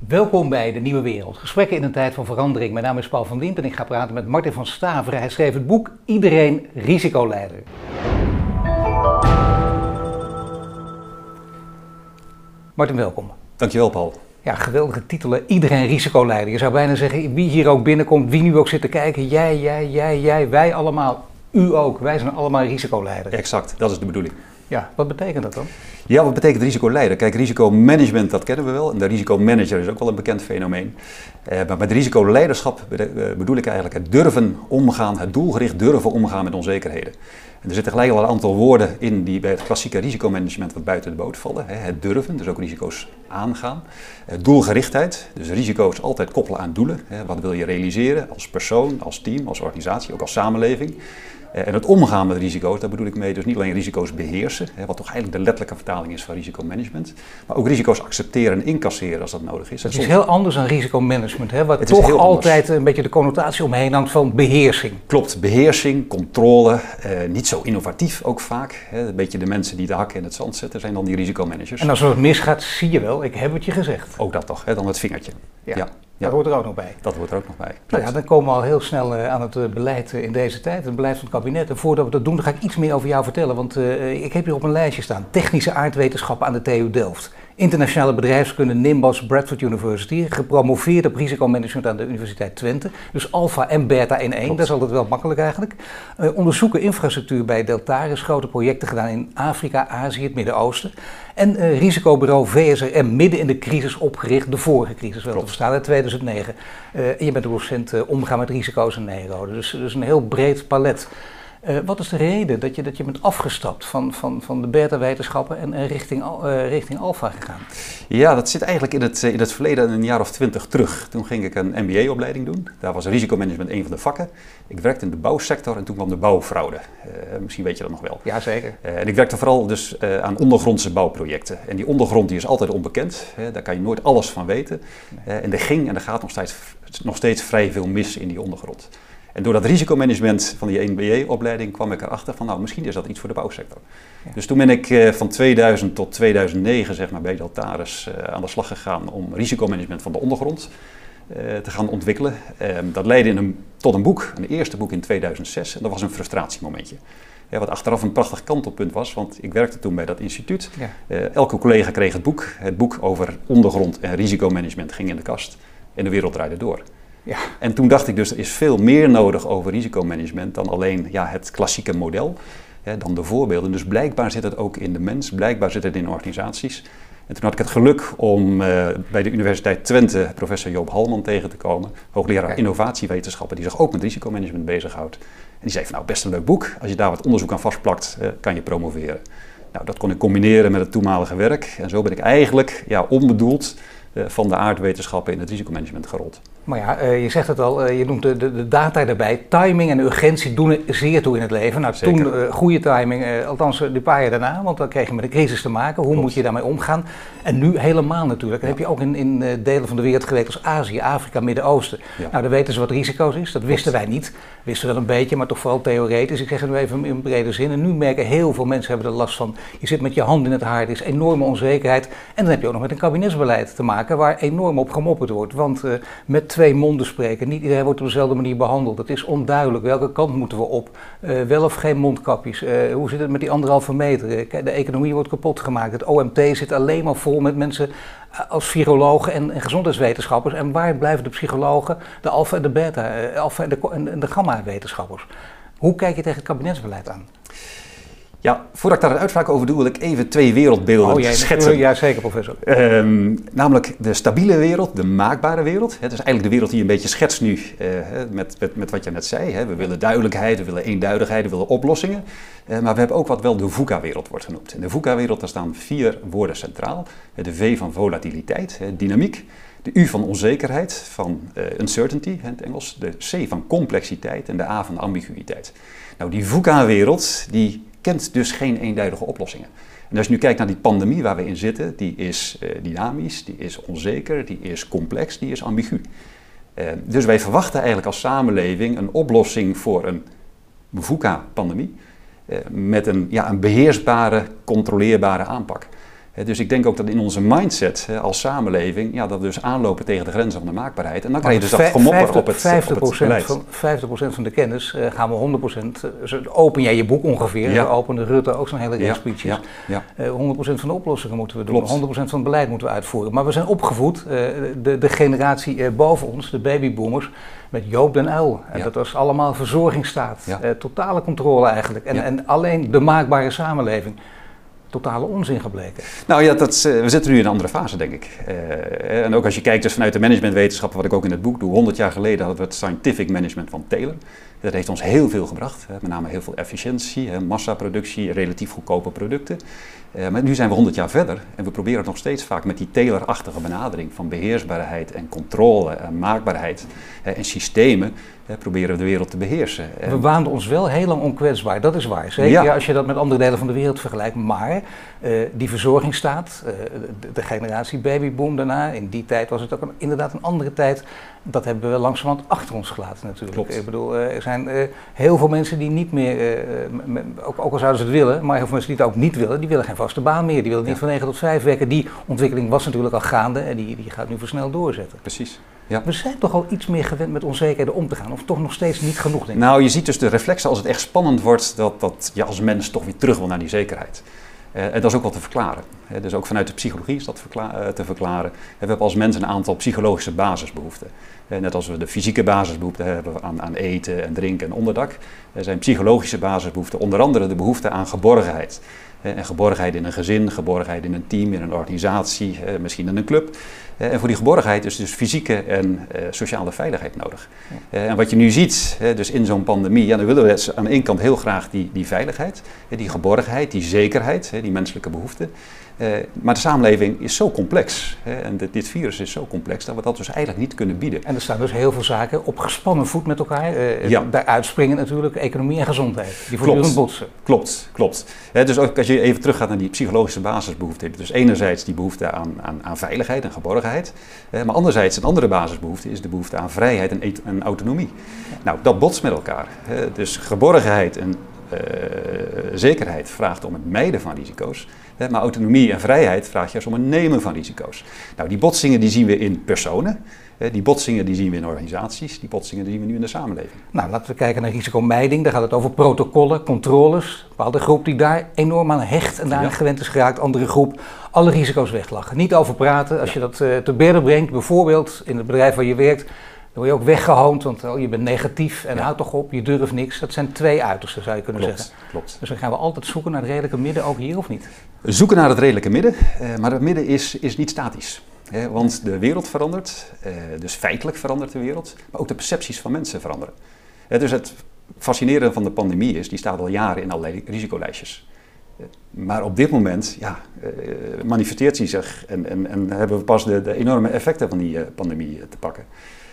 Welkom bij De Nieuwe Wereld. Gesprekken in een tijd van verandering. Mijn naam is Paul van Diemt en ik ga praten met Martin van Staveren. Hij schreef het boek Iedereen risicoleider. Martin, welkom. Dankjewel, Paul. Ja, geweldige titelen. Iedereen risicoleider. Je zou bijna zeggen, wie hier ook binnenkomt, wie nu ook zit te kijken. Jij, wij allemaal. U ook. Wij zijn allemaal risicoleider. Exact, dat is de bedoeling. Ja, wat betekent dat dan? Ja, wat betekent risicoleider? Kijk, risicomanagement, dat kennen we wel. En de risicomanager is ook wel een bekend fenomeen. Maar met risicoleiderschap bedoel ik eigenlijk het durven omgaan, het doelgericht durven omgaan met onzekerheden. En er zitten gelijk al een aantal woorden in die bij het klassieke risicomanagement wat buiten de boot vallen. Het durven, dus ook risico's aangaan. Doelgerichtheid, dus risico's altijd koppelen aan doelen. Wat wil je realiseren als persoon, als team, als organisatie, ook als samenleving. En het omgaan met risico's, daar bedoel ik mee dus niet alleen risico's beheersen, wat toch eigenlijk de letterlijke vertaling is van risicomanagement, maar ook risico's accepteren en incasseren als dat nodig is. Het is heel anders dan risicomanagement, hè, wat toch altijd een beetje de connotatie omheen hangt van beheersing. Klopt, beheersing, controle, niet zo innovatief ook vaak. Een beetje de mensen die de hakken in het zand zetten zijn dan die risicomanagers. En als het misgaat, zie je wel, ik heb het je gezegd. Ook dat toch, dan het vingertje. Ja. Dat hoort er ook nog bij. Dat hoort er ook nog bij. Nou ja, dan komen we al heel snel aan het beleid in deze tijd, het beleid van het kabinet. En voordat we dat doen, dan ga ik iets meer over jou vertellen, want ik heb hier op een lijstje staan. Technische aardwetenschappen aan de TU Delft. Internationale bedrijfskunde Nimbus Bradford University, gepromoveerd op risicomanagement aan de Universiteit Twente. Dus alpha en beta in één, dat is altijd wel makkelijk eigenlijk. Onderzoeken infrastructuur bij Deltaris, grote projecten gedaan in Afrika, Azië, het Midden-Oosten. En risicobureau VSRM, midden in de crisis opgericht, de vorige crisis wel te verstaan, in 2009. Je bent docent omgaan met risico's en Nijrode, dus een heel breed palet. Wat is de reden dat je bent afgestapt van de beta-wetenschappen en richting alpha gegaan? Ja, dat zit eigenlijk in het verleden een jaar of 20 terug. Toen ging ik een MBA-opleiding doen. Daar was risicomanagement een van de vakken. Ik werkte in de bouwsector en toen kwam de bouwfraude. Misschien weet je dat nog wel. Ja, zeker. En ik werkte vooral dus aan ondergrondse bouwprojecten. En die ondergrond die is altijd onbekend. Daar kan je nooit alles van weten. En er ging en er gaat nog steeds vrij veel mis in die ondergrond. En door dat risicomanagement van die MBA-opleiding kwam ik erachter van, misschien is dat iets voor de bouwsector. Ja. Dus toen ben ik van 2000 tot 2009 zeg maar, bij Deltaris aan de slag gegaan om risicomanagement van de ondergrond te gaan ontwikkelen. Dat leidde tot een boek, een eerste boek in 2006 en dat was een frustratiemomentje. Wat achteraf een prachtig kantelpunt was, want ik werkte toen bij dat instituut. Ja. Elke collega kreeg het boek. Het boek over ondergrond en risicomanagement ging in de kast en de wereld draaide door. Ja. En toen dacht ik dus, er is veel meer nodig over risicomanagement dan alleen het klassieke model, dan de voorbeelden. Dus blijkbaar zit het ook in de mens, blijkbaar zit het in organisaties. En toen had ik het geluk om bij de Universiteit Twente professor Joop Halman tegen te komen, hoogleraar innovatiewetenschappen, die zich ook met risicomanagement bezighoudt. En die zei van, best een leuk boek, als je daar wat onderzoek aan vastplakt, kan je promoveren. Nou, dat kon ik combineren met het toenmalige werk en zo ben ik eigenlijk onbedoeld van de aardwetenschappen in het risicomanagement gerold. Maar ja, je zegt het al, je noemt de data daarbij. Timing en urgentie doen er zeer toe in het leven. Nou, toen goede timing, althans de paar jaar daarna, want dan kreeg je met een crisis te maken. Hoe moet je daarmee omgaan? En nu helemaal natuurlijk. Dat heb je ook in delen van de wereld geweten als Azië, Afrika, Midden-Oosten. Ja. Nou, dan weten ze wat risico's is. Dat wisten wij niet. Wisten wel een beetje, maar toch vooral theoretisch. Ik zeg het nu even in brede zin. En nu merken heel veel mensen hebben er last van. Je zit met je hand in het haar, er is enorme onzekerheid. En dan heb je ook nog met een kabinetsbeleid te maken waar enorm op gemopperd wordt. Want met twee monden spreken. Niet iedereen wordt op dezelfde manier behandeld. Het is onduidelijk. Welke kant moeten we op? Wel of geen mondkapjes? Hoe zit het met die 1,5 meter? De economie wordt kapot gemaakt. Het OMT zit alleen maar vol met mensen als virologen en gezondheidswetenschappers. En waar blijven de psychologen, de alfa en de beta, alfa en de gamma-wetenschappers? Hoe kijk je tegen het kabinetsbeleid aan? Ja, voordat ik daar een uitspraak over doe, wil ik even twee wereldbeelden schetsen. Ja, zeker professor. Namelijk de stabiele wereld, de maakbare wereld. Het is eigenlijk de wereld die je een beetje schetst nu met wat je net zei. We willen duidelijkheid, we willen eenduidigheid, we willen oplossingen. Maar we hebben ook wat wel de VUCA-wereld wordt genoemd. In de VUCA-wereld daar staan 4 woorden centraal. De V van volatiliteit, dynamiek. De U van onzekerheid, van uncertainty in het Engels. De C van complexiteit en de A van ambiguïteit. Nou, die VUCA-wereld die kent dus geen eenduidige oplossingen. En als je nu kijkt naar die pandemie waar we in zitten, die is dynamisch, die is onzeker, die is complex, die is ambigu. Dus wij verwachten eigenlijk als samenleving een oplossing voor een VUCA-pandemie met een beheersbare, controleerbare aanpak. Dus ik denk ook dat in onze mindset als samenleving, dat we dus aanlopen tegen de grenzen van de maakbaarheid. En dan krijg je dus dat gemopper op het beleid. 50% van de kennis gaan we 100%, open jij je boek ongeveer, we openen Rutte ook zo'n hele reeks speeches. 100% van de oplossingen moeten we doen, 100% van het beleid moeten we uitvoeren. Maar we zijn opgevoed, de generatie boven ons, de babyboomers, met Joop den Uyl. En dat was allemaal verzorgingsstaat, totale controle eigenlijk. En alleen de maakbare samenleving. Totale onzin gebleken. Nou ja, we zitten nu in een andere fase, denk ik. En ook als je kijkt dus vanuit de managementwetenschappen, wat ik ook in het boek doe. 100 jaar geleden hadden we het scientific management van Taylor. Dat heeft ons heel veel gebracht. Met name heel veel efficiëntie, massaproductie, relatief goedkope producten. Maar nu zijn we 100 jaar verder en we proberen het nog steeds vaak met die Taylor-achtige benadering van beheersbaarheid en controle en maakbaarheid en systemen. Proberen we de wereld te beheersen. We waanden ons wel heel lang onkwetsbaar, dat is waar. Zeker als je dat met andere delen van de wereld vergelijkt. Maar die verzorgingsstaat, de generatie babyboom daarna, in die tijd was het ook inderdaad een andere tijd. Dat hebben we langzamerhand achter ons gelaten natuurlijk. Klopt. Ik bedoel, er zijn heel veel mensen die niet meer, ook al zouden ze het willen, maar heel veel mensen die het ook niet willen, die willen geen vaste baan meer. Die willen niet van 9 tot 5 werken. Die ontwikkeling was natuurlijk al gaande en die gaat nu versneld doorzetten. Precies. Ja. We zijn toch al iets meer gewend met onzekerheden om te gaan, of toch nog steeds niet genoeg, denk ik? Nou, je ziet dus de reflexen als het echt spannend wordt, dat je als mens toch weer terug wil naar die zekerheid. En dat is ook wel te verklaren. Dus ook vanuit de psychologie is dat te verklaren. We hebben als mens een aantal psychologische basisbehoeften. Net als we de fysieke basisbehoeften hebben aan eten en drinken en onderdak. Er zijn psychologische basisbehoeften, onder andere de behoefte aan geborgenheid. En geborgenheid in een gezin, geborgenheid in een team, in een organisatie, misschien in een club. En voor die geborgenheid is dus fysieke en sociale veiligheid nodig. En wat je nu ziet, dus in zo'n pandemie, dan willen we aan de ene kant heel graag die veiligheid, die geborgenheid, die zekerheid, die menselijke behoeften. Maar de samenleving is zo complex en dit virus is zo complex dat we dat dus eigenlijk niet kunnen bieden. En er staan dus heel veel zaken op gespannen voet met elkaar. Daaruit springen natuurlijk economie en gezondheid, die voortdurend botsen. Klopt. Dus ook als je even teruggaat naar die psychologische basisbehoeften, heb je dus enerzijds die behoefte aan veiligheid en geborgenheid, maar anderzijds een andere basisbehoefte is de behoefte aan vrijheid en autonomie. Nou, dat botst met elkaar. Dus geborgenheid en zekerheid vraagt om het mijden van risico's. Maar autonomie en vrijheid vraagt juist om het nemen van risico's. Nou, die botsingen die zien we in personen. Die botsingen die zien we in organisaties. Die botsingen die zien we nu in de samenleving. Nou, laten we kijken naar risicomijding. Daar gaat het over protocollen, controles. Een bepaalde groep die daar enorm aan hecht en daar gewend is geraakt. Andere groep, alle risico's weglachen. Niet over praten. Als je dat te berden brengt, bijvoorbeeld in het bedrijf waar je werkt, dan word je ook weggehoond, want je bent negatief en houd toch op, je durft niks. Dat zijn twee uitersten, zou je kunnen zeggen. Klopt. Dus dan gaan we altijd zoeken naar het redelijke midden, ook hier of niet? Zoeken naar het redelijke midden, maar het midden is niet statisch. Want de wereld verandert, dus feitelijk verandert de wereld, maar ook de percepties van mensen veranderen. Dus het fascinerende van de pandemie is, die staat al jaren in allerlei risicolijstjes. Maar op dit moment manifesteert hij zich en hebben we pas de enorme effecten van die pandemie te pakken.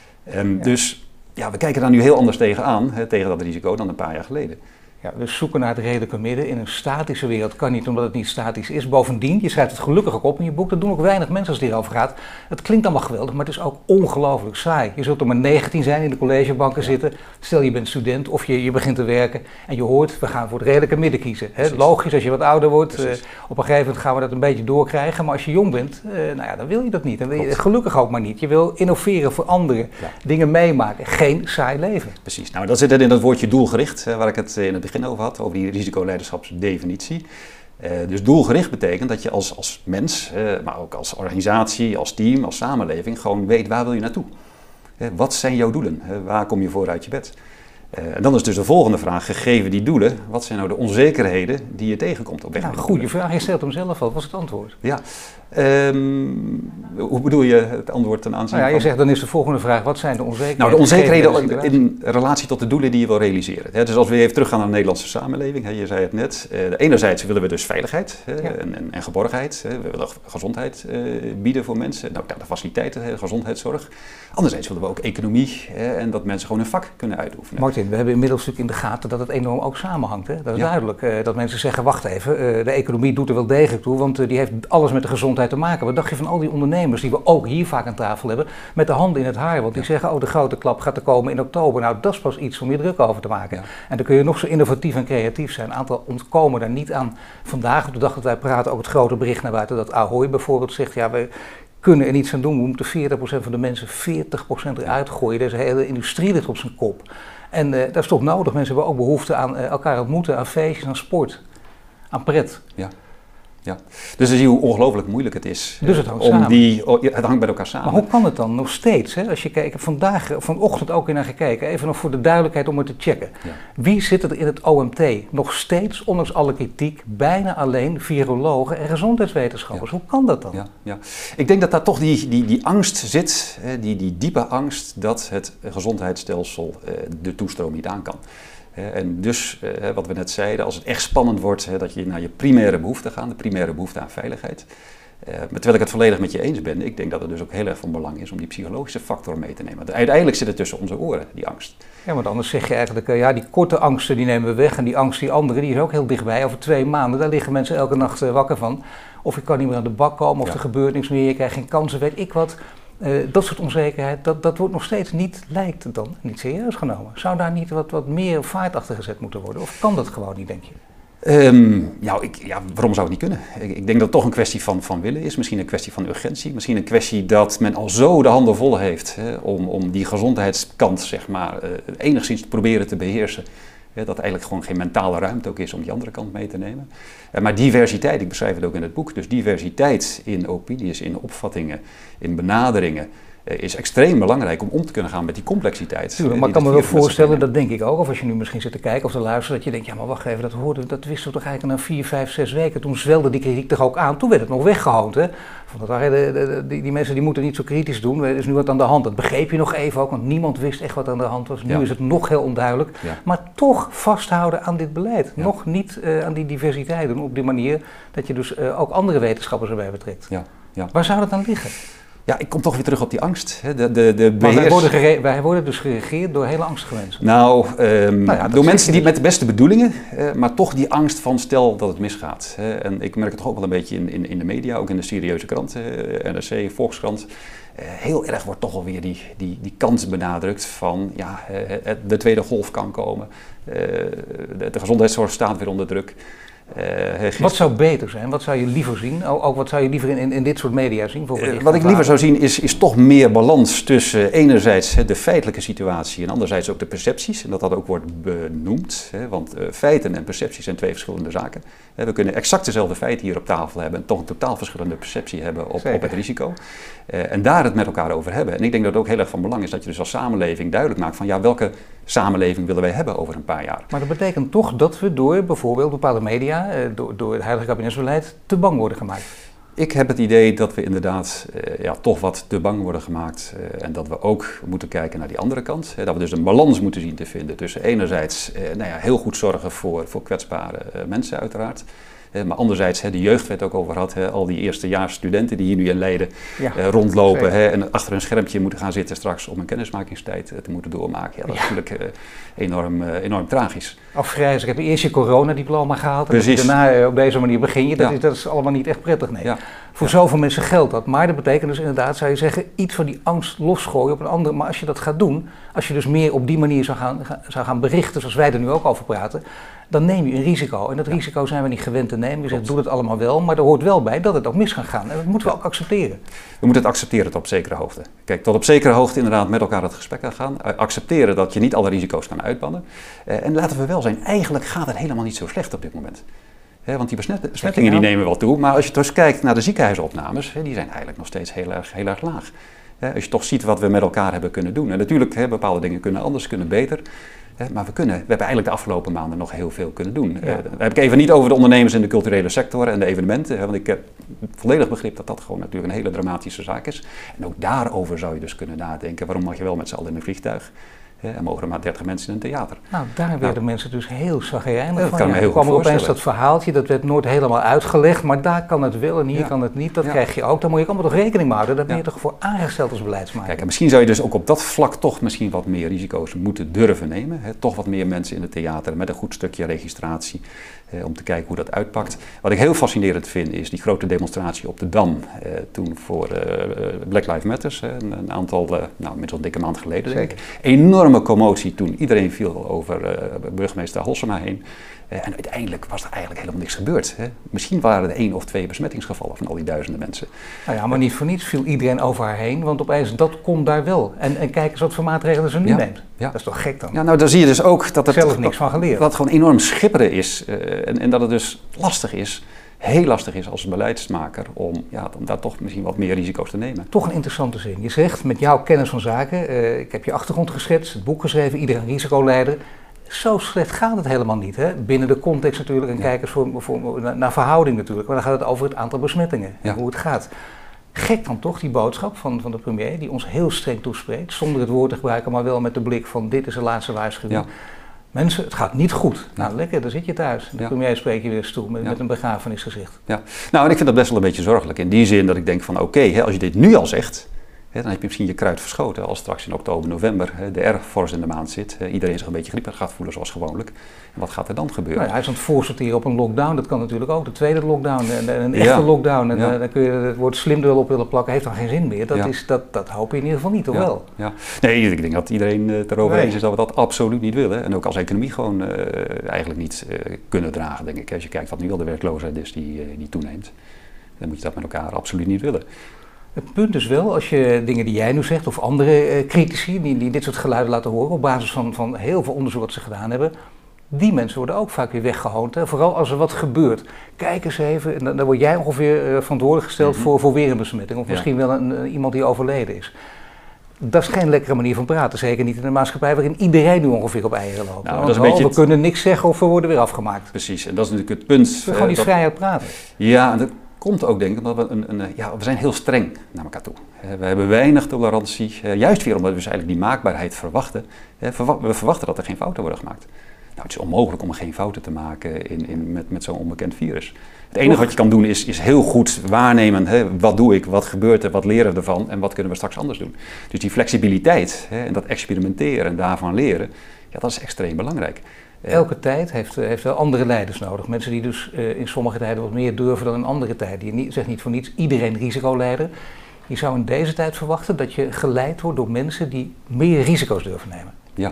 Dus we kijken daar nu heel anders tegenaan, tegen dat risico, dan een paar jaar geleden. Ja, dus zoeken naar het redelijke midden in een statische wereld kan niet, omdat het niet statisch is. Bovendien, je schrijft het gelukkig ook op in je boek, dat doen ook weinig mensen als het hierover gaat. Het klinkt allemaal geweldig, maar het is ook ongelooflijk saai. Je zult er maar 19 zijn, in de collegebanken zitten. Stel je bent student of je begint te werken en je hoort, we gaan voor het redelijke midden kiezen. Logisch, als je wat ouder wordt, op een gegeven moment gaan we dat een beetje doorkrijgen. Maar als je jong bent, dan wil je dat niet. Dan wil je gelukkig ook maar niet. Je wil innoveren voor anderen, dingen meemaken. Geen saai leven. Precies. Nou, dat zit in dat woordje doelgericht, waar ik het in het begin over had, over die risicoleiderschapsdefinitie. Dus doelgericht betekent dat je als mens, maar ook als organisatie, als team, als samenleving, gewoon weet waar wil je naartoe. Wat zijn jouw doelen? Waar kom je voor uit je bed? En dan is dus de volgende vraag, gegeven die doelen, wat zijn nou de onzekerheden die je tegenkomt op weg naar die goede doelen? vraag, je stelt hem zelf al. Wat was het antwoord? Ja, hoe bedoel je het antwoord ten aanzien van? Je zegt dan is de volgende vraag, wat zijn de onzekerheden? Nou, de onzekerheden in relatie tot de doelen die je wil realiseren. Dus als we even teruggaan naar de Nederlandse samenleving, je zei het net, enerzijds willen we dus veiligheid en geborgenheid. We willen gezondheid bieden voor mensen, nou, de faciliteiten, gezondheidszorg. Anderzijds willen we ook economie en dat mensen gewoon hun vak kunnen uitoefenen. Martin, we hebben inmiddels natuurlijk in de gaten dat het enorm ook samenhangt. Hè? Dat is duidelijk. Dat mensen zeggen, wacht even, de economie doet er wel degelijk toe, want die heeft alles met de gezondheid te maken. Wat dacht je van al die ondernemers die we ook hier vaak aan tafel hebben, met de handen in het haar? Want die zeggen, oh, de grote klap gaat er komen in oktober. Nou, dat is pas iets om je druk over te maken. Ja. En dan kun je nog zo innovatief en creatief zijn. Een aantal ontkomen daar niet aan. Vandaag, op de dag dat wij praten, ook het grote bericht naar buiten dat Ahoy bijvoorbeeld zegt, ja, we kunnen er niets aan doen. We moeten 40% van de mensen 40% eruit gooien. Deze hele industrie ligt op zijn kop. En dat is toch nodig. Mensen hebben ook behoefte aan elkaar ontmoeten, aan feestjes, aan sport, aan pret. Ja. Ja. Dus dan zie je hoe ongelooflijk moeilijk het is. Dus het hangt samen. Het hangt bij elkaar samen. Maar hoe kan het dan nog steeds? Hè? Als je kijkt, ik heb vanochtend ook weer naar gekeken. Even nog voor de duidelijkheid om het te checken. Ja. Wie zit er in het OMT? Nog steeds, ondanks alle kritiek, bijna alleen virologen en gezondheidswetenschappers. Ja. Hoe kan dat dan? Ja, ja. Ik denk dat daar toch die angst zit, die diepe angst dat het gezondheidsstelsel de toestroom niet aan kan. En dus, wat we net zeiden, als het echt spannend wordt, dat je naar je primaire behoefte gaat, de primaire behoefte aan veiligheid. Terwijl ik het volledig met je eens ben, ik denk dat het dus ook heel erg van belang is om die psychologische factor mee te nemen. Want uiteindelijk zit het tussen onze oren, die angst. Ja, want anders zeg je eigenlijk, ja, die korte angsten die nemen we weg en die angst, die andere, die is ook heel dichtbij. Over 2 maanden, daar liggen mensen elke nacht wakker van. Of je kan niet meer aan de bak komen, of er gebeurt niks meer, je krijgt geen kansen, weet ik wat. Dat soort onzekerheid, dat wordt nog steeds niet serieus genomen. Zou daar niet wat meer vaart achter gezet moeten worden? Of kan dat gewoon niet, denk je? Waarom zou het niet kunnen? Ik denk dat het toch een kwestie van willen is. Misschien een kwestie van urgentie. Misschien een kwestie dat men al zo de handen vol heeft om die gezondheidskant, zeg maar, enigszins te proberen te beheersen. Dat eigenlijk gewoon geen mentale ruimte ook is om die andere kant mee te nemen. Maar diversiteit, ik beschrijf het ook in het boek, dus diversiteit in opinies, in opvattingen, in benaderingen, is extreem belangrijk om te kunnen gaan met die complexiteit. Tuurlijk, maar ik kan me wel voorstellen, dat denk ik ook, of als je nu misschien zit te kijken of te luisteren, dat je denkt, ja maar wacht even, dat wisten we toch eigenlijk na 4, 5, 6 weken. Toen zwelde die kritiek toch ook aan, toen werd het nog weggehoond. Hè? Die mensen die moeten niet zo kritisch doen, er is nu wat aan de hand. Dat begreep je nog even ook, want niemand wist echt wat aan de hand was. Nu is het nog heel onduidelijk. Ja. Maar toch vasthouden aan dit beleid. Ja. Nog niet aan die diversiteit doen op die manier dat je dus ook andere wetenschappers erbij betrekt. Ja. Ja. Waar zou dat dan liggen? Ja, ik kom toch weer terug op die angst. Wij worden dus geregeerd door hele angstige mensen. Door mensen die met de beste bedoelingen, maar toch die angst van stel dat het misgaat. En ik merk het toch ook wel een beetje in de media, ook in de serieuze kranten, NRC, Volkskrant. Heel erg wordt toch alweer die kans benadrukt van de tweede golf kan komen. De gezondheidszorg staat weer onder druk. Wat zou beter zijn? Wat zou je liever zien? Ook wat zou je liever in dit soort media zien? Wat ik liever zou zien is toch meer balans tussen enerzijds de feitelijke situatie en anderzijds ook de percepties. En dat ook wordt benoemd. Want feiten en percepties zijn 2 verschillende zaken. We kunnen exact dezelfde feiten hier op tafel hebben en toch een totaal verschillende perceptie hebben op het risico. En daar het met elkaar over hebben. En ik denk dat het ook heel erg van belang is dat je dus als samenleving duidelijk maakt van welke samenleving willen wij hebben over een paar jaar. Maar dat betekent toch dat we door bijvoorbeeld bepaalde media, door het huidige kabinetsbeleid, te bang worden gemaakt? Ik heb het idee dat we inderdaad toch wat te bang worden gemaakt en dat we ook moeten kijken naar die andere kant. Dat we dus een balans moeten zien te vinden tussen enerzijds heel goed zorgen voor kwetsbare mensen uiteraard. Maar anderzijds, de jeugd waar het ook over had, al die eerstejaars studenten die hier nu in Leiden rondlopen en achter een schermpje moeten gaan zitten straks om een kennismakingstijd te moeten doormaken. Ja, dat is natuurlijk enorm tragisch. Afgrijzelijk. Ik heb eerst je coronadiploma gehaald en daarna op deze manier begin je. Dat is allemaal niet echt prettig, nee. Ja. Voor zoveel mensen geldt dat. Maar dat betekent dus inderdaad, zou je zeggen, iets van die angst losgooien op een andere. Maar als je dat gaat doen, als je dus meer op die manier zou gaan berichten, zoals wij er nu ook over praten, dan neem je een risico. En dat risico zijn we niet gewend te nemen. Je zegt, doe het allemaal wel, maar er hoort wel bij dat het ook mis kan gaan. En dat moeten we ook accepteren. We moeten het accepteren tot op zekere hoogte. Kijk, tot op zekere hoogte inderdaad met elkaar het gesprek gaan. Accepteren dat je niet alle risico's kan uitbannen. En laten we wel zijn, eigenlijk gaat het helemaal niet zo slecht op dit moment. Want die besmettingen die nemen wel toe. Maar als je dus kijkt naar de ziekenhuisopnames, die zijn eigenlijk nog steeds heel erg laag. Als je toch ziet wat we met elkaar hebben kunnen doen. En natuurlijk, bepaalde dingen kunnen anders, kunnen beter. Maar we hebben eigenlijk de afgelopen maanden nog heel veel kunnen doen. Ja. Dan heb ik even niet over de ondernemers in de culturele sector en de evenementen. Want ik heb volledig begrip dat gewoon natuurlijk een hele dramatische zaak is. En ook daarover zou je dus kunnen nadenken. Waarom mag je wel met z'n allen in een vliegtuig? En mogen er maar 30 mensen in een theater. Nou, daar werden mensen dus heel zagrijnig van. Kan me heel goed kwam er opeens voorstellen. dat verhaaltje, dat werd nooit helemaal uitgelegd, maar daar kan het wel en hier kan het niet. Dat krijg je ook. Daar moet je allemaal toch rekening mee houden. Daar ben je toch voor aangesteld als beleidsmaker. Kijk, en misschien zou je dus ook op dat vlak toch misschien wat meer risico's moeten durven nemen. Toch wat meer mensen in het theater met een goed stukje registratie. Om te kijken hoe dat uitpakt. Wat ik heel fascinerend vind is die grote demonstratie op de Dam. Toen voor Black Lives Matter. Een aantal, inmiddels een dikke maand geleden denk ik. Enorme commotie toen. Iedereen viel over burgemeester Halsema heen. En uiteindelijk was er eigenlijk helemaal niks gebeurd. Misschien waren er 1 of 2 besmettingsgevallen van al die duizenden mensen. Nou ja, maar niet voor niets viel iedereen over haar heen, want opeens dat kon daar wel. En kijk eens wat voor maatregelen ze nu neemt. Ja. Dat is toch gek dan? Ja, nou daar zie je dus ook dat het zelf niks van geleerd. Dat het gewoon enorm schipperen is en dat het dus lastig is. Heel lastig is als beleidsmaker om daar toch misschien wat meer risico's te nemen. Toch een interessante zin. Je zegt met jouw kennis van zaken, ik heb je achtergrond geschetst, het boek geschreven, iedereen risicoleider. Zo slecht gaat het helemaal niet, hè? Binnen de context natuurlijk en kijkers naar verhouding natuurlijk. Maar dan gaat het over het aantal besmettingen en hoe het gaat. Gek dan toch die boodschap van de premier die ons heel streng toespreekt, zonder het woord te gebruiken, maar wel met de blik van dit is de laatste waarschuwing. Ja. Mensen, het gaat niet goed. Nou lekker, dan zit je thuis. De premier spreekt je weer eens toe met een begrafenisgezicht. Ja, nou en ik vind dat best wel een beetje zorgelijk. In die zin dat ik denk van oké, als je dit nu al zegt, dan heb je misschien je kruid verschoten als straks in oktober, november de R-vorst in de maand zit. Iedereen zich een beetje griep gaat voelen zoals gewoonlijk. En wat gaat er dan gebeuren? Nou, hij is aan het voorsorteren op een lockdown. Dat kan natuurlijk ook. De tweede lockdown en een echte lockdown. En dan kun je het woord slim er wel op willen plakken. Heeft dan geen zin meer. Dat hoop je in ieder geval niet, toch wel? Ja. Nee, ik denk dat iedereen het erover eens is dat we dat absoluut niet willen. En ook als economie gewoon eigenlijk niet kunnen dragen, denk ik. Als je kijkt wat nu al de werkloosheid is die toeneemt. Dan moet je dat met elkaar absoluut niet willen. Het punt is wel, als je dingen die jij nu zegt, of andere critici die dit soort geluiden laten horen, op basis van heel veel onderzoek wat ze gedaan hebben, die mensen worden ook vaak weer weggehoond. Hè? Vooral als er wat gebeurt. Kijk eens even, en dan word jij ongeveer verantwoordelijk gesteld voor weer een besmetting. Of misschien wel iemand die overleden is. Dat is geen lekkere manier van praten. Zeker niet in een maatschappij waarin iedereen nu ongeveer op eieren loopt. Nou, dat is een beetje we kunnen niks zeggen of we worden weer afgemaakt. Precies, en dat is natuurlijk het punt. We gewoon niet vrijheid praten. Ja, dat komt ook denk ik omdat we zijn heel streng naar elkaar toe. We hebben weinig tolerantie, juist weer omdat we dus eigenlijk die maakbaarheid verwachten. We verwachten dat er geen fouten worden gemaakt. Nou, het is onmogelijk om geen fouten te maken met zo'n onbekend virus. Het enige wat je kan doen is heel goed waarnemen, wat doe ik, wat gebeurt er, wat leren we ervan en wat kunnen we straks anders doen. Dus die flexibiliteit en dat experimenteren en daarvan leren, dat is extreem belangrijk. Elke tijd heeft wel andere leiders nodig. Mensen die dus in sommige tijden wat meer durven dan in andere tijden. Je zegt niet voor niets iedereen risicoleider. Je zou in deze tijd verwachten dat je geleid wordt door mensen die meer risico's durven nemen. Ja.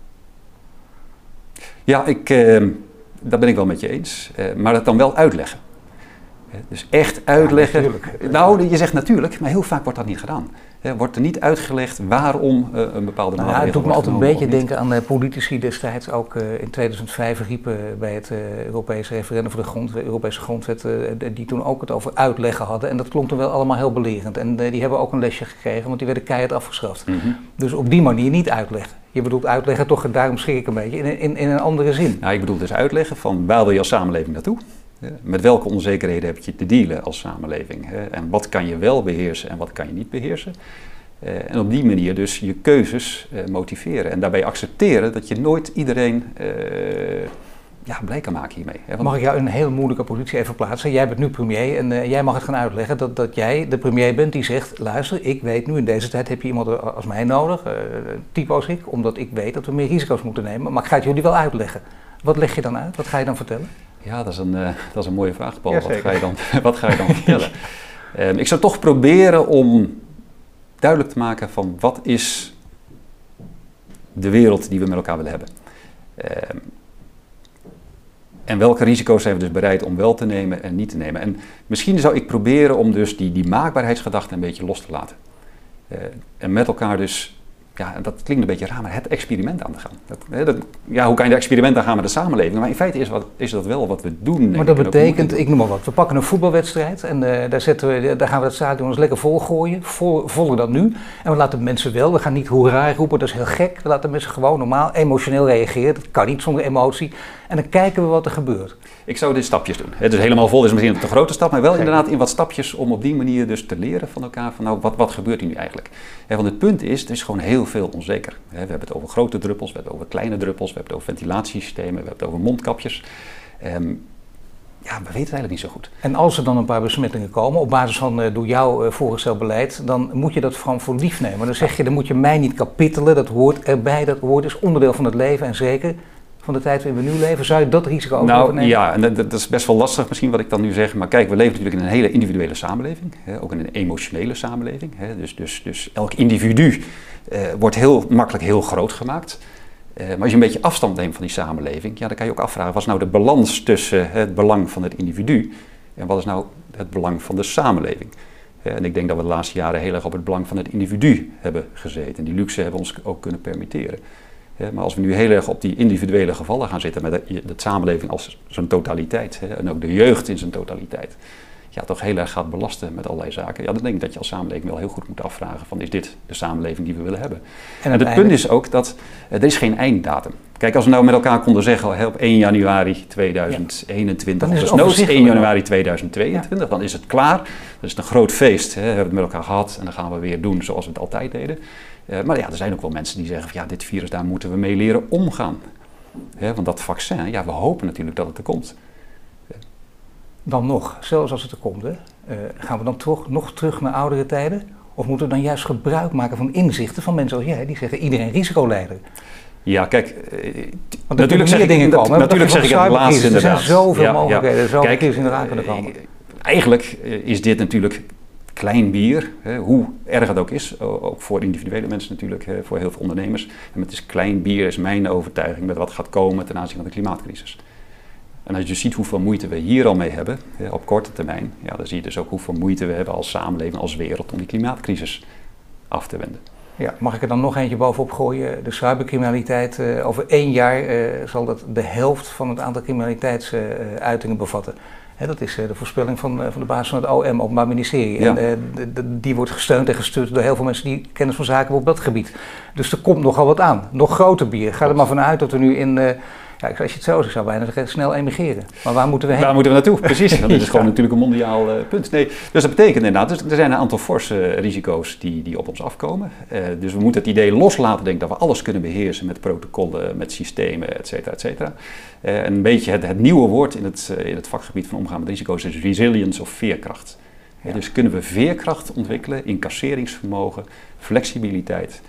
Ja, daar ben ik wel met je eens. Maar dat dan wel uitleggen. Dus echt uitleggen. Ja, nou, je zegt natuurlijk, maar heel vaak wordt dat niet gedaan. Wordt er niet uitgelegd waarom een bepaalde maatregel het doet me altijd een beetje denken aan politici destijds ook in 2005 riepen bij het Europese referendum voor de Europese grondwet, die toen ook het over uitleggen hadden. En dat klonk toen wel allemaal heel belerend. En die hebben ook een lesje gekregen, want die werden keihard afgeschaft. Mm-hmm. Dus op die manier niet uitleggen. Je bedoelt uitleggen toch, daarom schrik ik een beetje, in een andere zin. Nou, ik bedoel dus uitleggen van waar wil je als samenleving naartoe? Met welke onzekerheden heb je te dealen als samenleving? En wat kan je wel beheersen en wat kan je niet beheersen? En op die manier dus je keuzes motiveren. En daarbij accepteren dat je nooit iedereen blij kan maken hiermee. Want mag ik jou in een hele moeilijke positie even plaatsen? Jij bent nu premier en jij mag het gaan uitleggen dat jij de premier bent die zegt, luister, ik weet nu in deze tijd heb je iemand als mij nodig, type als ik, omdat ik weet dat we meer risico's moeten nemen. Maar ik ga het jullie wel uitleggen. Wat leg je dan uit? Wat ga je dan vertellen? Ja, dat is een mooie vraag, Paul. Ja, wat ga je dan vertellen? Ik zou toch proberen om duidelijk te maken van wat is de wereld die we met elkaar willen hebben. En welke risico's zijn we dus bereid om wel te nemen en niet te nemen. En misschien zou ik proberen om dus die maakbaarheidsgedachte een beetje los te laten. En met elkaar dus, dat klinkt een beetje raar, maar het experiment aan te gaan. Hoe kan je de experiment aangaan met de samenleving? Maar in feite is dat wel wat we doen. Maar dat betekent, ik noem maar wat, we pakken een voetbalwedstrijd en daar gaan we het stadion eens lekker volgooien, voller dan nu. En we laten mensen wel, we gaan niet hoera roepen, dat is heel gek. We laten mensen gewoon normaal emotioneel reageren, dat kan niet zonder emotie. En dan kijken we wat er gebeurt. Ik zou dit stapjes doen. Dus helemaal vol is misschien een te grote stap, maar wel inderdaad in wat stapjes om op die manier dus te leren van elkaar van wat gebeurt hier nu eigenlijk. Want het punt is, het is gewoon heel veel onzeker. We hebben het over grote druppels, we hebben het over kleine druppels, we hebben het over ventilatiesystemen, we hebben het over mondkapjes. Ja, we weten het eigenlijk niet zo goed. En als er dan een paar besmettingen komen, op basis van door jou voorgesteld beleid, dan moet je dat gewoon voor lief nemen. Dan zeg je, dan moet je mij niet kapittelen, dat hoort erbij, dat is onderdeel van het leven en zeker van de tijd waarin we nu leven. Zou je dat risico ook overnemen? Ja, en dat is best wel lastig misschien wat ik dan nu zeg, maar kijk, we leven natuurlijk in een hele individuele samenleving, ook in een emotionele samenleving. Dus elk individu wordt heel makkelijk heel groot gemaakt. Maar als je een beetje afstand neemt van die samenleving, ja, dan kan je ook afvragen, wat is nou de balans tussen het belang van het individu en wat is nou het belang van de samenleving? En ik denk dat we de laatste jaren heel erg op het belang van het individu hebben gezeten. En die luxe hebben we ons ook kunnen permitteren. Maar als we nu heel erg op die individuele gevallen gaan zitten met de samenleving als zijn totaliteit en ook de jeugd in zijn totaliteit, ja, toch heel erg gaat belasten met allerlei zaken. Ja, dan denk ik dat je als samenleving wel heel goed moet afvragen van, is dit de samenleving die we willen hebben? En het punt is ook dat er is geen einddatum. Kijk, als we nou met elkaar konden zeggen op 1 januari 2021, of desnoods 1 januari 2022, dan is het klaar. Dan is het een groot feest. We hebben het met elkaar gehad en dan gaan we weer doen zoals we het altijd deden. Maar ja, er zijn ook wel mensen die zeggen van, ja, dit virus, daar moeten we mee leren omgaan. Want dat vaccin, ja, we hopen natuurlijk dat het er komt. Dan nog, zelfs als het er komt, gaan we dan toch nog terug naar oudere tijden? Of moeten we dan juist gebruik maken van inzichten van mensen als jij, die zeggen iedereen risicoleider? Ja, kijk, natuurlijk zeg ik het laatste inderdaad. Er zijn zoveel mogelijkheden, zoveel keer in eraan kunnen komen. Eigenlijk is dit natuurlijk klein bier, hoe erg het ook is, ook voor individuele mensen natuurlijk, voor heel veel ondernemers. En het is klein bier, is mijn overtuiging, met wat gaat komen ten aanzien van de klimaatcrisis. En als je ziet hoeveel moeite we hier al mee hebben, op korte termijn, ja, dan zie je dus ook hoeveel moeite we hebben als samenleving, als wereld, om die klimaatcrisis af te wenden. Ja, mag ik er dan nog eentje bovenop gooien? De cybercriminaliteit, over 1 jaar zal dat de helft van het aantal criminaliteitsuitingen bevatten. Dat is de voorspelling van de baas van het OM, Openbaar Ministerie. Ja. En die wordt gesteund en gesteund door heel veel mensen die kennis van zaken hebben op dat gebied. Dus er komt nogal wat aan. Nog groter bier. Ga er maar vanuit dat we nu in... Ja, als je het zo zegt, zou bijna snel emigreren. Maar waar moeten we heen? Waar moeten we naartoe? Precies. Dat is gewoon natuurlijk een mondiaal punt. Nee, dus dat betekent inderdaad, dus er zijn een aantal forse risico's die op ons afkomen. Dus we moeten het idee loslaten, denk ik, dat we alles kunnen beheersen met protocollen, met systemen, et cetera, et cetera. Een beetje het nieuwe woord in het vakgebied van omgaan met risico's is resilience of veerkracht. Ja. Dus kunnen we veerkracht ontwikkelen, incasseringsvermogen, flexibiliteit.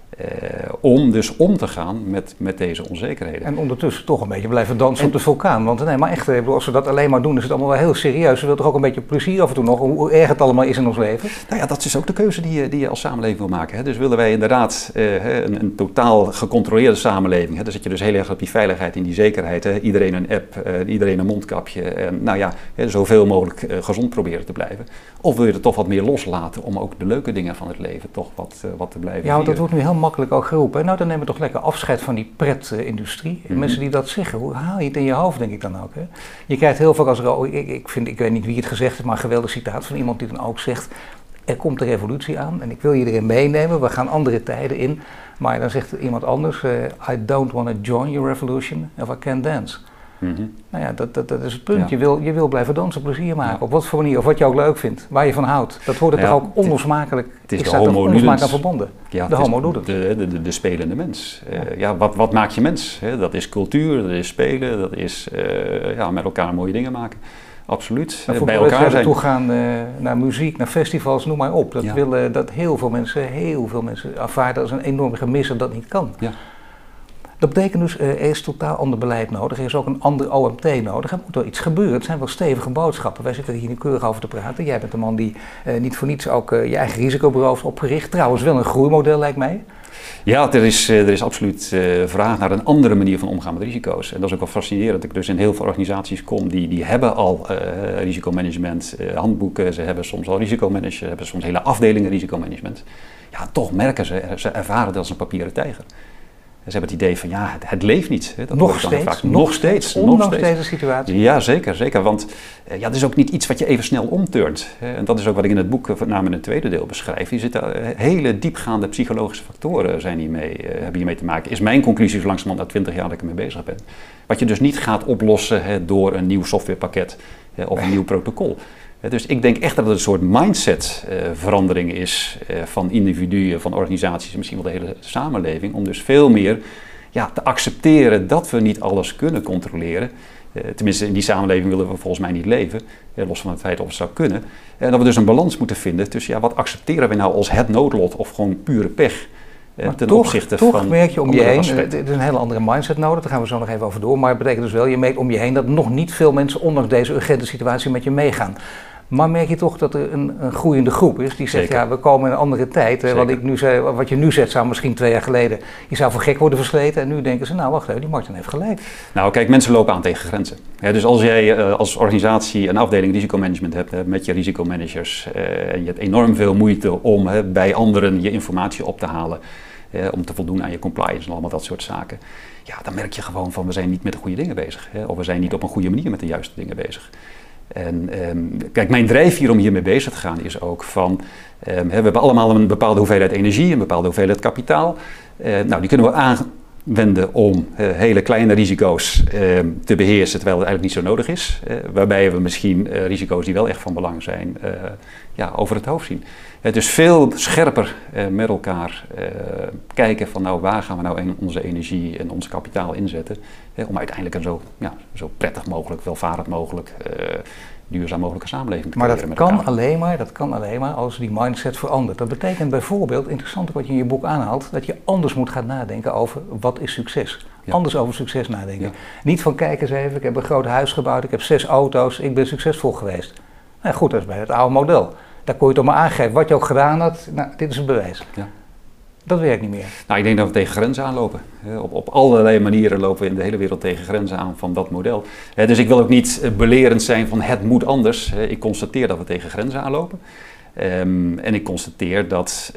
Om dus om te gaan met deze onzekerheden. En ondertussen toch een beetje blijven dansen op de vulkaan. Want nee, maar echt, als we dat alleen maar doen, is het allemaal wel heel serieus. We willen toch ook een beetje plezier af en toe nog, hoe erg het allemaal is in ons leven? Nou ja, dat is ook de keuze die je als samenleving wil maken. Dus willen wij inderdaad een totaal gecontroleerde samenleving. Dan zit je dus heel erg op die veiligheid en die zekerheid. Iedereen een app, iedereen een mondkapje. En nou ja, zoveel mogelijk gezond proberen te blijven. Of wil je er toch wat meer loslaten om ook de leuke dingen van het leven toch wat te blijven Ja, want dat wordt nu heel makkelijk ook geroepen. Nou, dan nemen we toch lekker afscheid van die pretindustrie. Mensen die dat zeggen, hoe haal je het in je hoofd, denk ik dan ook. Hè? Je krijgt heel vaak ik weet niet wie het gezegd heeft, maar een geweldig citaat van iemand die dan ook zegt, er komt een revolutie aan en ik wil je erin meenemen, we gaan andere tijden in. Maar dan zegt iemand anders, I don't want to join your revolution if I can dance. Mm-hmm. Nou ja, dat is het punt. Ja. Je wil blijven dansen, plezier maken. Ja. Op wat voor manier, of wat je ook leuk vindt, waar je van houdt. Dat wordt er toch ook onlosmakelijk. Het is de homo ludens aan verbonden. Ja, de homo ludens. De spelende mens. Wat maakt je mens? Dat is cultuur, dat is spelen, dat is met elkaar mooie dingen maken. Absoluut. Bij elkaar zijn. Toe gaan naar muziek, naar festivals, noem maar op. Dat willen dat heel veel mensen ervaren als een enorm gemis dat dat niet kan. Ja. Dat betekent dus, er is totaal ander beleid nodig, er is ook een ander OMT nodig, er moet wel iets gebeuren. Het zijn wel stevige boodschappen. Wij zitten hier nu keurig over te praten. Jij bent de man die niet voor niets ook je eigen risicobureau heeft opgericht. Trouwens wel een groeimodel lijkt mij. Ja, er is absoluut vraag naar een andere manier van omgaan met risico's. En dat is ook wel fascinerend dat ik dus in heel veel organisaties kom die hebben al risicomanagement, handboeken, ze hebben soms al risicomanagers, ze hebben soms hele afdelingen risicomanagement. Ja, toch merken ze ervaren dat als een papieren tijger. Ze hebben het idee van het leeft niet. Dat nog steeds. Ondanks deze situatie. Ja, zeker. Want het is ook niet iets wat je even snel omturnt. En dat is ook wat ik in het boek, met name in het tweede deel, beschrijf. Hier zitten hele diepgaande psychologische factoren hebben hiermee te maken. Is mijn conclusie zo langzamerhand na 20 jaar dat ik ermee bezig ben. Wat je dus niet gaat oplossen door een nieuw softwarepakket of een nieuw protocol. Dus ik denk echt dat het een soort mindset verandering is van individuen, van organisaties, misschien wel de hele samenleving, om dus veel meer te accepteren dat we niet alles kunnen controleren. Tenminste, in die samenleving willen we volgens mij niet leven, los van het feit of het zou kunnen. En dat we dus een balans moeten vinden tussen wat accepteren we nou als het noodlot of gewoon pure pech. Maar toch merk je om je heen, het is een hele andere mindset nodig, daar gaan we zo nog even over door. Maar het betekent dus wel, je merkt om je heen dat nog niet veel mensen ondanks deze urgente situatie met je meegaan. Maar merk je toch dat er een groeiende groep is die zegt, we komen in een andere tijd. Wat je nu zegt zou misschien 2 jaar geleden, je zou voor gek worden versleten. En nu denken ze, nou wacht even, die Martin heeft gelijk. Nou kijk, mensen lopen aan tegen grenzen. Dus als jij als organisatie een afdeling risicomanagement hebt met je risicomanagers. En je hebt enorm veel moeite om bij anderen je informatie op te halen. Om te voldoen aan je compliance en allemaal dat soort zaken. Ja, dan merk je gewoon van we zijn niet met de goede dingen bezig. Of we zijn niet op een goede manier met de juiste dingen bezig. En kijk, mijn drijfveer om hiermee bezig te gaan is ook van, we hebben allemaal een bepaalde hoeveelheid energie, een bepaalde hoeveelheid kapitaal. Die kunnen we aanwenden om hele kleine risico's te beheersen, terwijl het eigenlijk niet zo nodig is. Waarbij we misschien risico's die wel echt van belang zijn, over het hoofd zien. Dus veel scherper met elkaar kijken van waar gaan we nou onze energie en ons kapitaal inzetten. Om uiteindelijk een zo prettig mogelijk, welvarend mogelijk, duurzaam mogelijke samenleving te creëren. Maar dat kan alleen maar als die mindset verandert. Dat betekent bijvoorbeeld, interessant wat je in je boek aanhaalt, dat je anders moet gaan nadenken over wat is succes. Ja. Anders over succes nadenken. Ja. Niet van kijk eens even, ik heb een groot huis gebouwd, ik heb 6 auto's, ik ben succesvol geweest. Nou goed, dat is bij het oude model. Daar kon je toch maar aangeven wat je ook gedaan had. Nou, dit is het bewijs. Ja. Dat werkt niet meer. Nou, ik denk dat we tegen grenzen aanlopen. Op allerlei manieren lopen we in de hele wereld tegen grenzen aan van dat model. Dus ik wil ook niet belerend zijn van het moet anders. Ik constateer dat we tegen grenzen aanlopen. En ik constateer dat,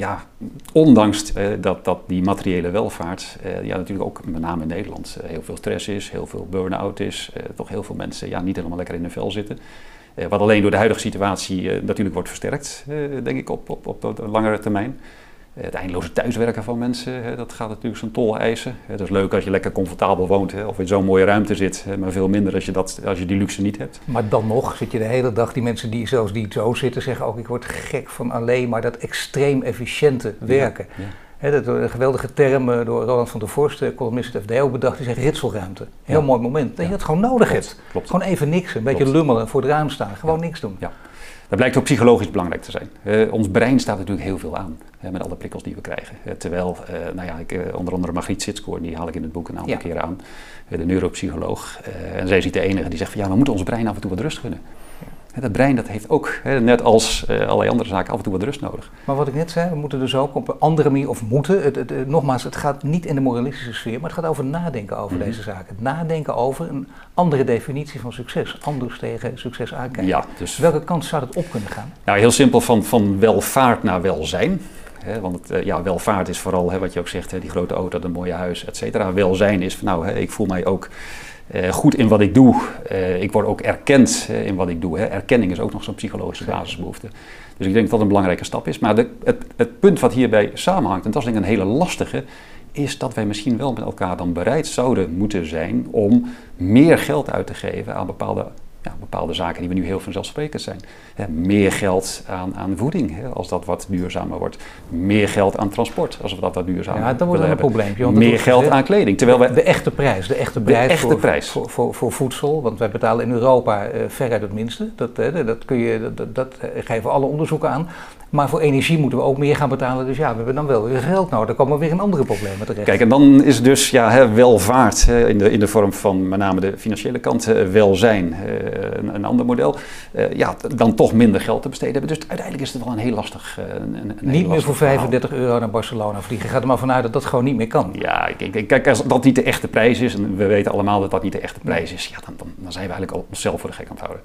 ondanks dat die materiële welvaart, natuurlijk ook met name in Nederland heel veel stress is, heel veel burn-out is, toch heel veel mensen niet helemaal lekker in hun vel zitten. Wat alleen door de huidige situatie natuurlijk wordt versterkt, denk ik, op de langere termijn. Het eindeloze thuiswerken van mensen, dat gaat natuurlijk zijn tol eisen. Het is leuk als je lekker comfortabel woont of in zo'n mooie ruimte zit, maar veel minder als je die luxe niet hebt. Maar dan nog zit je de hele dag, die mensen die zo zitten zeggen ook, ik word gek van alleen maar dat extreem efficiënte werken. Ja. Dat een geweldige term door Roland van der Vorst, columnist het FD, ook bedacht, die zegt ritselruimte. Heel mooi moment, dat je dat gewoon nodig hebt. Klopt. Gewoon even niks, een beetje lummelen, voor het raam staan, gewoon niks doen. Ja. Dat blijkt ook psychologisch belangrijk te zijn. Ons brein staat natuurlijk heel veel aan met alle prikkels die we krijgen. Terwijl, onder andere Margriet Sitskoor, die haal ik in het boek een aantal keren aan, de neuropsycholoog. En zij is niet de enige die zegt van we moeten ons brein af en toe wat rust gunnen. Dat brein dat heeft ook, net als allerlei andere zaken, af en toe wat rust nodig. Maar wat ik net zei, we moeten dus ook op een andere manier, of moeten, nogmaals, het gaat niet in de moralistische sfeer, maar het gaat over nadenken over deze zaken. Nadenken over een andere definitie van succes, anders tegen succes aankijken. Ja, dus welke kant zou dat op kunnen gaan? Nou, heel simpel van welvaart naar welzijn. Want welvaart is vooral, wat je ook zegt, die grote auto, dat mooie huis, et cetera. Welzijn is van, ik voel mij ook goed in wat ik doe. Ik word ook erkend in wat ik doe. Erkenning is ook nog zo'n psychologische basisbehoefte. Dus ik denk dat dat een belangrijke stap is. Maar het punt wat hierbij samenhangt, en dat is denk ik een hele lastige, is dat wij misschien wel met elkaar dan bereid zouden moeten zijn om meer geld uit te geven aan bepaalde zaken die we nu heel vanzelfsprekend zijn. Meer geld aan voeding, als dat wat duurzamer wordt. Meer geld aan transport, als we dat wat duurzamer willen hebben. Ja, dat wordt een probleempje. Meer geld aan kleding. Terwijl de echte prijs voor voedsel, want wij betalen in Europa veruit het minste. Dat geven alle onderzoeken aan. Maar voor energie moeten we ook meer gaan betalen. Dus we hebben dan wel weer geld nodig. Dan komen we weer in andere problemen terecht. Kijk, en dan is dus welvaart in de vorm van met name de financiële kant, welzijn, een ander model. Dan toch minder geld te besteden hebben. Dus uiteindelijk is het wel een heel lastig niet meer voor €35 naar Barcelona vliegen. Gaat er maar vanuit dat dat gewoon niet meer kan. Ja, kijk, als dat niet de echte prijs is, en we weten allemaal dat dat niet de echte prijs is, dan zijn we eigenlijk al onszelf voor de gek aan het houden.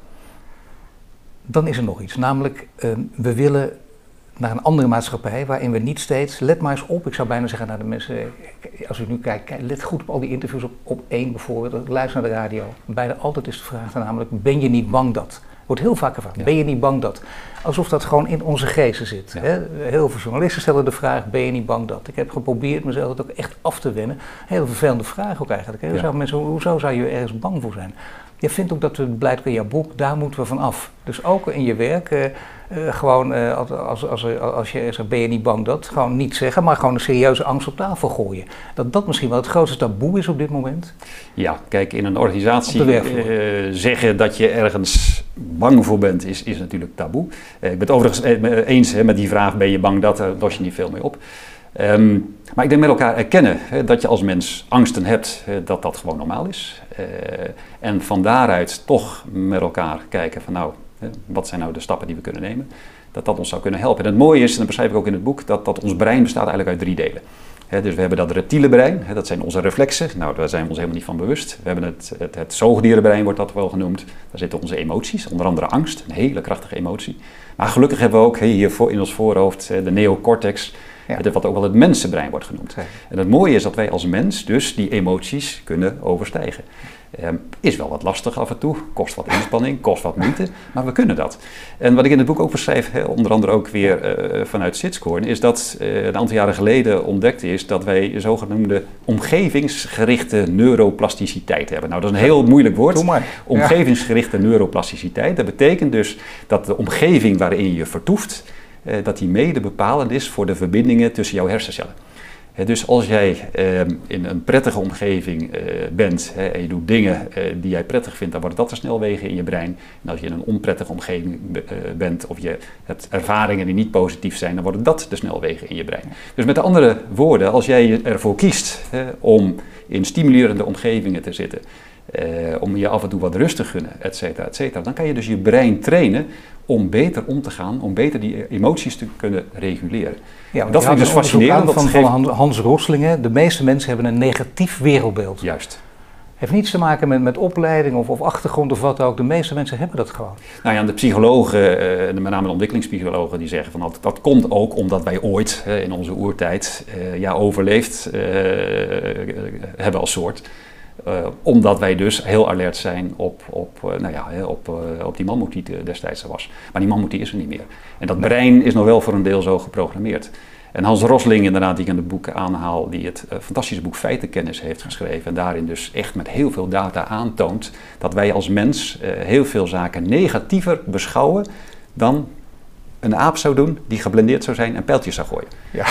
Dan is er nog iets, namelijk we willen naar een andere maatschappij waarin we niet steeds, let maar eens op, ik zou bijna zeggen naar de mensen, als u nu kijkt, let goed op al die interviews op 1 bijvoorbeeld, luister naar de radio. Bijna altijd is de vraag namelijk, ben je niet bang dat? Wordt heel vaak gevraagd, ben je niet bang dat? Alsof dat gewoon in onze geesten zit. Ja. Heel veel journalisten stellen de vraag, ben je niet bang dat? Ik heb geprobeerd mezelf dat ook echt af te wennen. Heel vervelende vraag ook eigenlijk. Hoezo zou je ergens bang voor zijn? Je vindt ook dat het blijkt in jouw boek, daar moeten we van af. Dus ook in je werk, als je zegt, ben je niet bang dat? Gewoon niet zeggen, maar gewoon een serieuze angst op tafel gooien. Dat misschien wel het grootste taboe is op dit moment? Ja, kijk, in een organisatie zeggen dat je ergens bang voor bent, is natuurlijk taboe. Ik ben het overigens eens met die vraag, ben je bang dat? Daar los je niet veel mee op. Maar ik denk met elkaar erkennen dat je als mens angsten hebt, dat dat gewoon normaal is. En van daaruit toch met elkaar kijken van nou, wat zijn nou de stappen die we kunnen nemen. Dat ons zou kunnen helpen. En het mooie is, en dat beschrijf ik ook in het boek, dat ons brein bestaat eigenlijk uit 3 delen. Dus we hebben dat reptiele brein, dat zijn onze reflexen. Nou, daar zijn we ons helemaal niet van bewust. We hebben het zoogdierenbrein, wordt dat wel genoemd. Daar zitten onze emoties, onder andere angst, een hele krachtige emotie. Maar gelukkig hebben we ook hier in ons voorhoofd de neocortex. Ja. Wat ook wel het mensenbrein wordt genoemd. Ja. En het mooie is dat wij als mens dus die emoties kunnen overstijgen. Is wel wat lastig af en toe, kost wat inspanning, kost wat moeite, maar we kunnen dat. En wat ik in het boek ook beschrijf, onder andere ook weer vanuit Sidscorn, is dat een aantal jaren geleden ontdekt is dat wij zogenoemde omgevingsgerichte neuroplasticiteit hebben. Nou, dat is een heel moeilijk woord. Omgevingsgerichte neuroplasticiteit. Dat betekent dus dat de omgeving waarin je vertoeft, dat die mede bepalend is voor de verbindingen tussen jouw hersencellen. Dus als jij in een prettige omgeving bent en je doet dingen die jij prettig vindt, dan worden dat de snelwegen in je brein. En als je in een onprettige omgeving bent of je hebt ervaringen die niet positief zijn, dan worden dat de snelwegen in je brein. Dus met andere woorden, als jij ervoor kiest om in stimulerende omgevingen te zitten, om je af en toe wat rust te gunnen, et cetera, dan kan je dus je brein trainen om beter om te gaan, om beter die emoties te kunnen reguleren. Ja, dat vind ik dus fascinerend. Van Hans Rosling, de meeste mensen hebben een negatief wereldbeeld. Juist. Heeft niets te maken met opleiding of achtergrond of wat ook. De meeste mensen hebben dat gewoon. Nou ja, de psychologen, met name de ontwikkelingspsychologen, die zeggen van dat komt ook omdat wij ooit in onze oertijd overleefd hebben als soort. Omdat wij dus heel alert zijn op die mammoet die destijds er was. Maar die mammoet die is er niet meer. En dat brein is nog wel voor een deel zo geprogrammeerd. En Hans Rosling, inderdaad, die ik in het boek aanhaal, die het fantastische boek Feitenkennis heeft geschreven. En daarin dus echt met heel veel data aantoont dat wij als mens heel veel zaken negatiever beschouwen dan een aap zou doen die geblendeerd zou zijn en pijltjes zou gooien. Ja.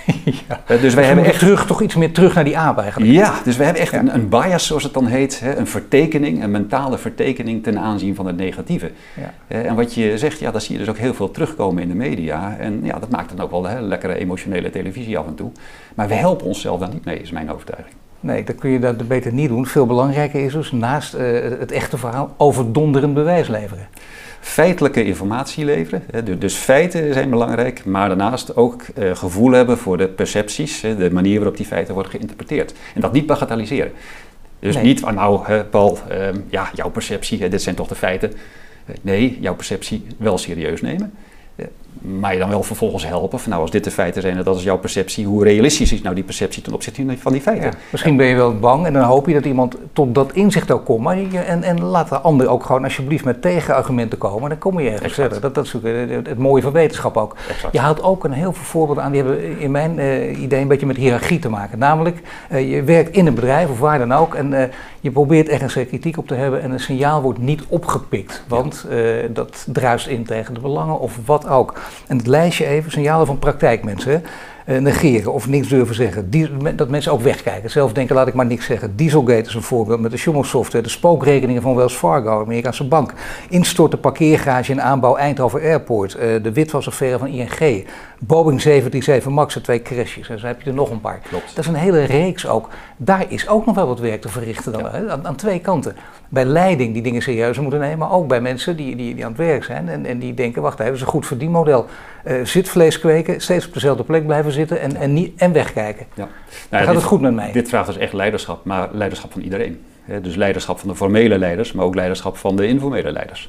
Ja. Dus wij hebben echt toch iets meer terug naar die aap eigenlijk. Ja, dus we hebben echt een bias, zoals het dan heet, een vertekening, een mentale vertekening ten aanzien van het negatieve. Ja. En wat je zegt, ja, dat zie je dus ook heel veel terugkomen in de media. En ja, dat maakt dan ook wel lekkere emotionele televisie af en toe. Maar we helpen onszelf daar niet mee, is mijn overtuiging. Nee, dan kun je dat beter niet doen. Veel belangrijker is dus, naast het echte verhaal, overdonderend bewijs leveren. Feitelijke informatie leveren, dus feiten zijn belangrijk, maar daarnaast ook gevoel hebben voor de percepties, de manier waarop die feiten worden geïnterpreteerd. En dat niet bagatelliseren. Dus niet van Paul, jouw perceptie, dit zijn toch de feiten. Nee, jouw perceptie wel serieus nemen. Maar je dan wel vervolgens helpen van als dit de feiten zijn en dat is jouw perceptie, hoe realistisch is nou die perceptie ten opzichte van die feiten? Ja, misschien ben je wel bang en dan hoop je dat iemand tot dat inzicht ook komt. Maar en laat de ander ook gewoon alsjeblieft met tegenargumenten komen. Dan kom je ergens verder. Dat is het mooie van wetenschap ook. Exact. Je haalt ook een heel veel voorbeelden aan, die hebben in mijn idee een beetje met hiërarchie te maken. Namelijk, je werkt in een bedrijf of waar dan ook en je probeert ergens kritiek op te hebben en een signaal wordt niet opgepikt. Want dat druist in tegen de belangen of wat ook. En het lijstje even, signalen van praktijkmensen. Negeren of niks durven zeggen. Dat mensen ook wegkijken. Zelf denken, laat ik maar niks zeggen. Dieselgate is een voorbeeld met de Schummel software. De spookrekeningen van Wells Fargo, de Amerikaanse bank. Instorten parkeergarage in aanbouw Eindhoven Airport. De witwasaffaire van ING. Boeing 737 MAX, 2 crashes. En zo heb je er nog een paar. Klopt. Dat is een hele reeks ook. Daar is ook nog wel wat werk te verrichten dan, aan 2 kanten. Bij leiding die dingen serieus moeten nemen, maar ook bij mensen die aan het werk zijn en die denken, wacht even, dat is een goed verdienmodel. Zitvlees kweken, steeds op dezelfde plek blijven zitten en wegkijken. Ja. Dan gaat het goed met mij. Dit vraagt dus echt leiderschap, maar leiderschap van iedereen. Dus leiderschap van de formele leiders, maar ook leiderschap van de informele leiders.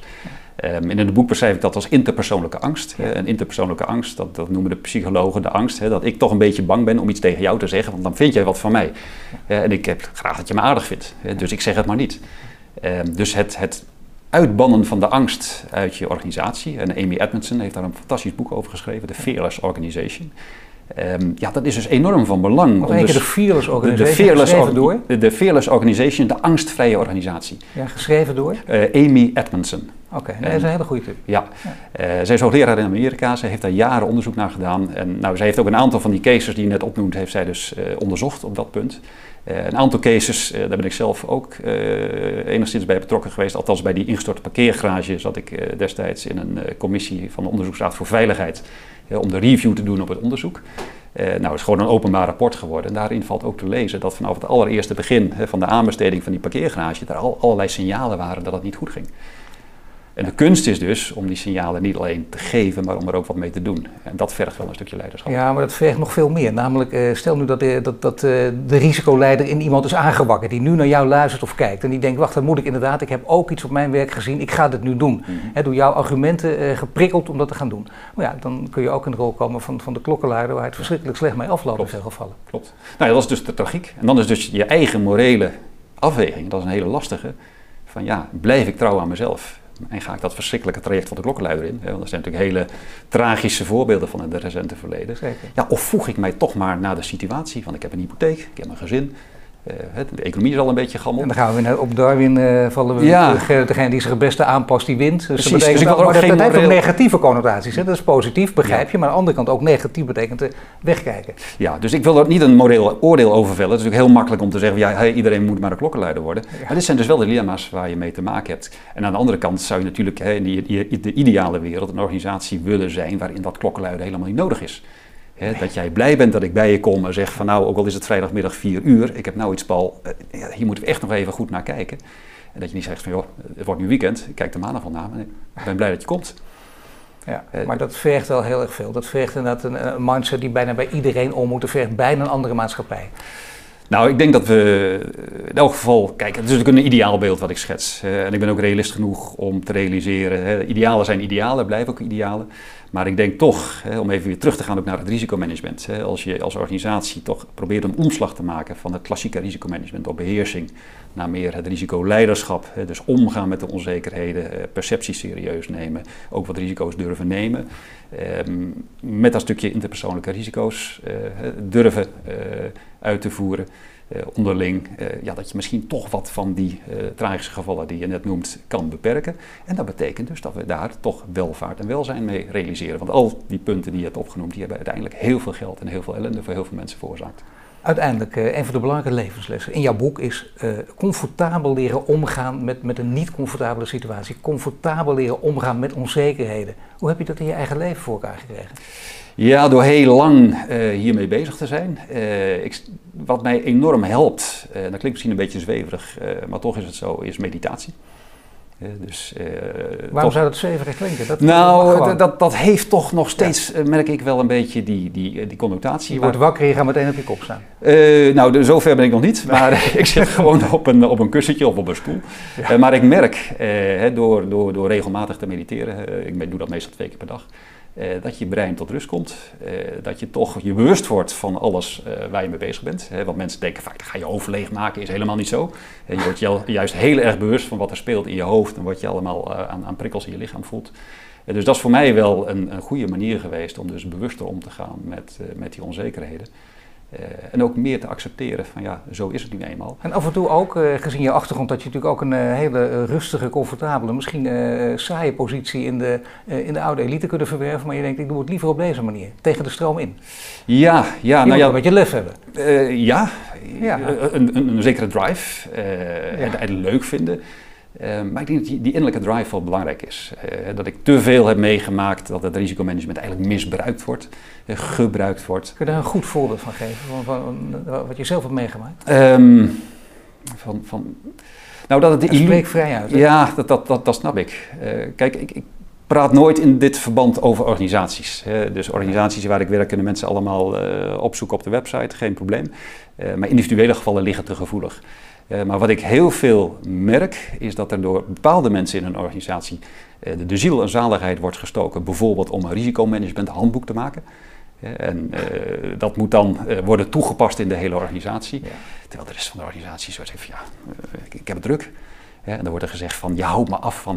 In het boek beschrijf ik dat als interpersoonlijke angst. Ja. En interpersoonlijke angst, dat noemen de psychologen de angst. Dat ik toch een beetje bang ben om iets tegen jou te zeggen, want dan vind jij wat van mij. En ik heb graag dat je me aardig vindt, dus ik zeg het maar niet. Dus het uitbannen van de angst uit je organisatie. En Amy Edmondson heeft daar een fantastisch boek over geschreven, The Fearless Organization. Ja, dat is dus enorm van belang. Nog één keer de Fearless Organization, geschreven door? De Fearless Organization, de angstvrije organisatie. Ja, geschreven door? Amy Edmondson. Oké, dat is een hele goede tip. Ja, zij is hoogleraar in Amerika, ze heeft daar jaren onderzoek naar gedaan. En zij heeft ook een aantal van die cases die je net opnoemt, heeft zij dus onderzocht op dat punt. Een aantal cases, daar ben ik zelf ook enigszins bij betrokken geweest. Althans bij die ingestorte parkeergarage zat ik destijds in een commissie van de Onderzoeksraad voor Veiligheid om de review te doen op het onderzoek. Het is gewoon een openbaar rapport geworden. En daarin valt ook te lezen dat vanaf het allereerste begin van de aanbesteding van die parkeergarage er allerlei signalen waren dat het niet goed ging. En de kunst is dus om die signalen niet alleen te geven, maar om er ook wat mee te doen. En dat vergt wel een stukje leiderschap. Ja, maar dat vergt nog veel meer. Namelijk, stel nu dat de risicoleider in iemand is aangewakkerd, die nu naar jou luistert of kijkt. En die denkt, wacht, dat moet ik inderdaad, ik heb ook iets op mijn werk gezien, ik ga dit nu doen. Door jouw argumenten geprikkeld om dat te gaan doen. Maar ja, dan kun je ook in de rol komen van de klokkenluider, waar het verschrikkelijk slecht mee afloopt in veel gevallen. Klopt. Nou ja, dat is dus de tragiek. En dan is dus je eigen morele afweging, dat is een hele lastige, van ja, blijf ik trouw aan mezelf? En ga ik dat verschrikkelijke traject van de klokkenluider in? Want dat zijn natuurlijk hele tragische voorbeelden van het recente verleden. Zeker. Ja, of voeg ik mij toch maar naar de situatie van ik heb een hypotheek, ik heb een gezin. De economie is al een beetje gammel. En dan gaan we weer op Darwin vallen we terug. Degene die zich het beste aanpast, die wint. Dus precies. Dat betekent Dus dat heeft ook negatieve connotaties. Hè? Dat is positief, begrijp je. Maar aan de andere kant ook negatief betekent wegkijken. Ja, dus ik wil er niet een moreel oordeel over vellen. Het is natuurlijk heel makkelijk om te zeggen, ja, iedereen moet maar een klokkenluider worden. Ja. Maar dit zijn dus wel de dilemma's waar je mee te maken hebt. En aan de andere kant zou je natuurlijk in de ideale wereld een organisatie willen zijn waarin dat klokkenluiden helemaal niet nodig is. Dat jij blij bent dat ik bij je kom en zeg van nou, ook al is het vrijdagmiddag 4 uur, ik heb nou iets, Paul, hier moeten we echt nog even goed naar kijken. En dat je niet zegt van joh, het wordt nu weekend, ik kijk er maandag van na, nee, ik ben blij dat je komt. Ja, maar dat vergt wel heel erg veel. Dat vergt inderdaad een mindset die bijna bij iedereen om moet. Dat vergt bijna een andere maatschappij. Nou, ik denk dat we in elk geval, kijk, het is natuurlijk een ideaalbeeld wat ik schets. En ik ben ook realist genoeg om te realiseren, idealen zijn idealen, blijven ook idealen. Maar ik denk toch, om even weer terug te gaan ook naar het risicomanagement. Als je als organisatie toch probeert een omslag te maken van het klassieke risicomanagement op beheersing naar meer het risicoleiderschap. Dus omgaan met de onzekerheden, percepties serieus nemen, ook wat risico's durven nemen. Met dat stukje interpersoonlijke risico's durven uit te voeren. Onderling, dat je misschien toch wat van die tragische gevallen die je net noemt kan beperken. En dat betekent dus dat we daar toch welvaart en welzijn mee realiseren. Want al die punten die je hebt opgenoemd, die hebben uiteindelijk heel veel geld en heel veel ellende voor heel veel mensen veroorzaakt. Uiteindelijk, een van de belangrijke levenslessen in jouw boek is comfortabel leren omgaan met een niet comfortabele situatie. Comfortabel leren omgaan met onzekerheden. Hoe heb je dat in je eigen leven voor elkaar gekregen? Ja, door heel lang hiermee bezig te zijn. Wat mij enorm helpt, dat klinkt misschien een beetje zweverig, maar toch is het zo, is meditatie. Waarom zou dat zweverig klinken? Dat heeft toch nog steeds, merk ik wel een beetje die connotatie. Je wordt wakker en je gaat meteen op je kop staan. Zover ben ik nog niet, maar ik zit gewoon op een kussentje of op een stoel. Ja. Maar ik merk, door regelmatig te mediteren, ik doe dat meestal 2 keer per dag, dat je brein tot rust komt, dat je toch je bewust wordt van alles waar je mee bezig bent. Want mensen denken vaak, ga je hoofd leeg maken, is helemaal niet zo. Je wordt juist heel erg bewust van wat er speelt in je hoofd en wat je allemaal aan prikkels in je lichaam voelt. Dus dat is voor mij wel een goede manier geweest om dus bewuster om te gaan met die onzekerheden. En ook meer te accepteren van ja, zo is het nu eenmaal. En af en toe ook, gezien je achtergrond, dat je natuurlijk ook een hele rustige, comfortabele, misschien saaie positie in de oude elite kunt verwerven, maar je denkt, ik doe het liever op deze manier, tegen de stroom in. Ja. Je moet een beetje lef hebben. Een zekere drive en leuk vinden. Maar ik denk dat die innerlijke drive wel belangrijk is. Dat ik te veel heb meegemaakt dat het risicomanagement eigenlijk misbruikt wordt, gebruikt wordt. Kun je daar een goed voorbeeld van geven, van wat je zelf hebt meegemaakt? Spreek vrij uit. Hè? Ja, dat snap ik. Kijk, ik praat nooit in dit verband over organisaties. Dus organisaties waar ik werk kunnen mensen allemaal opzoeken op de website, geen probleem. Maar individuele gevallen liggen te gevoelig. Maar wat ik heel veel merk, is dat er door bepaalde mensen in een organisatie de ziel en zaligheid wordt gestoken. Bijvoorbeeld om een risicomanagement handboek te maken. En dat moet dan worden toegepast in de hele organisatie. Ja. Terwijl de rest van de organisatie zo zegt van ja, ik heb het druk. En dan wordt er gezegd van je houdt me af van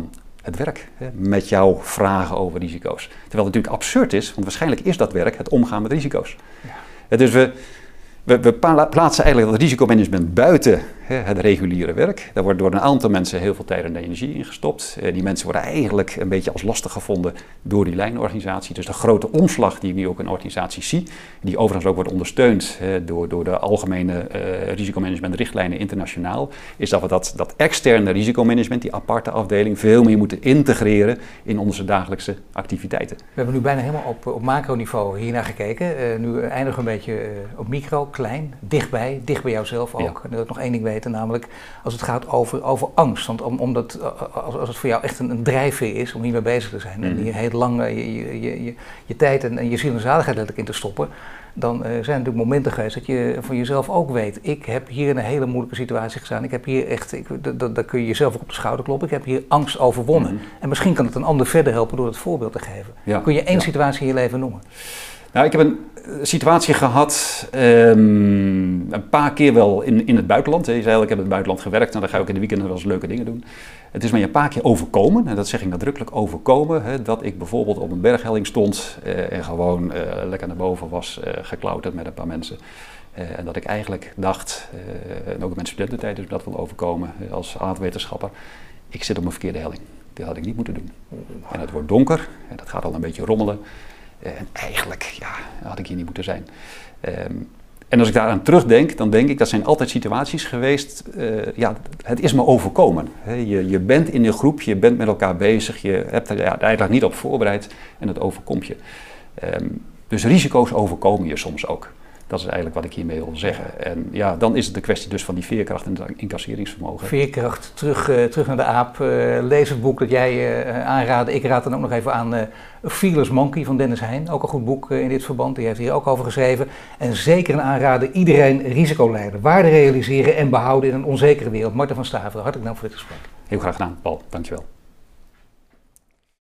het werk. Hè, met jouw vragen over risico's. Terwijl het natuurlijk absurd is, want waarschijnlijk is dat werk het omgaan met risico's. Ja. Dus we plaatsen eigenlijk dat risicomanagement buiten het reguliere werk. Daar wordt door een aantal mensen heel veel tijd en energie in gestopt. Die mensen worden eigenlijk een beetje als lastig gevonden door die lijnorganisatie. Dus de grote omslag die ik nu ook in organisaties zie, die overigens ook wordt ondersteund door de algemene risicomanagementrichtlijnen internationaal, is dat we dat externe risicomanagement, die aparte afdeling, veel meer moeten integreren in onze dagelijkse activiteiten. We hebben nu bijna helemaal op macroniveau hiernaar gekeken. Nu eindigen we een beetje op micro, klein, dicht bij jouzelf ook. Ja. En dat ik nog één ding weet. Namelijk als het gaat over angst. Want als het voor jou echt een drijfveer is om hiermee bezig te zijn en hier heel lang je tijd en je ziel en zaligheid letterlijk in te stoppen, dan zijn er natuurlijk momenten geweest dat je van jezelf ook weet, ik heb hier in een hele moeilijke situatie gestaan. Ik heb hier echt, daar kun je jezelf ook op de schouder kloppen. Ik heb hier angst overwonnen. En misschien kan het een ander verder helpen door het voorbeeld te geven. Ja. Kun je één situatie in je leven noemen? Nou, ik heb een situatie gehad, een paar keer wel in het buitenland. Je zei al, ik heb in het buitenland gewerkt en dan ga ik in de weekenden wel eens leuke dingen doen. Het is mij een paar keer overkomen, en dat zeg ik nadrukkelijk overkomen, dat ik bijvoorbeeld op een berghelling stond en gewoon lekker naar boven was geklauterd met een paar mensen. En dat ik eigenlijk dacht, en ook in mijn studententijd is me dat wel overkomen als aardwetenschapper, ik zit op een verkeerde helling. Dat had ik niet moeten doen. En het wordt donker en dat gaat al een beetje rommelen. En eigenlijk, had ik hier niet moeten zijn. En als ik daaraan terugdenk, dan denk ik, dat zijn altijd situaties geweest, het is me overkomen. Je bent in een groep, je bent met elkaar bezig, je hebt er eigenlijk niet op voorbereid en het overkomt je. Dus risico's overkomen je soms ook. Dat is eigenlijk wat ik hiermee wil zeggen. En dan is het de kwestie dus van die veerkracht en het incasseringsvermogen. Veerkracht, terug naar de aap. Lees het boek dat jij aanraadde. Ik raad dan ook nog even aan Fearless Monkey van Dennis Hein. Ook een goed boek in dit verband. Die heeft hier ook over geschreven. En zeker een aanrader, iedereen risicoleider. Waarde realiseren en behouden in een onzekere wereld. Marten van Staveren, hartelijk dank voor dit gesprek. Heel graag gedaan, Paul. Dankjewel.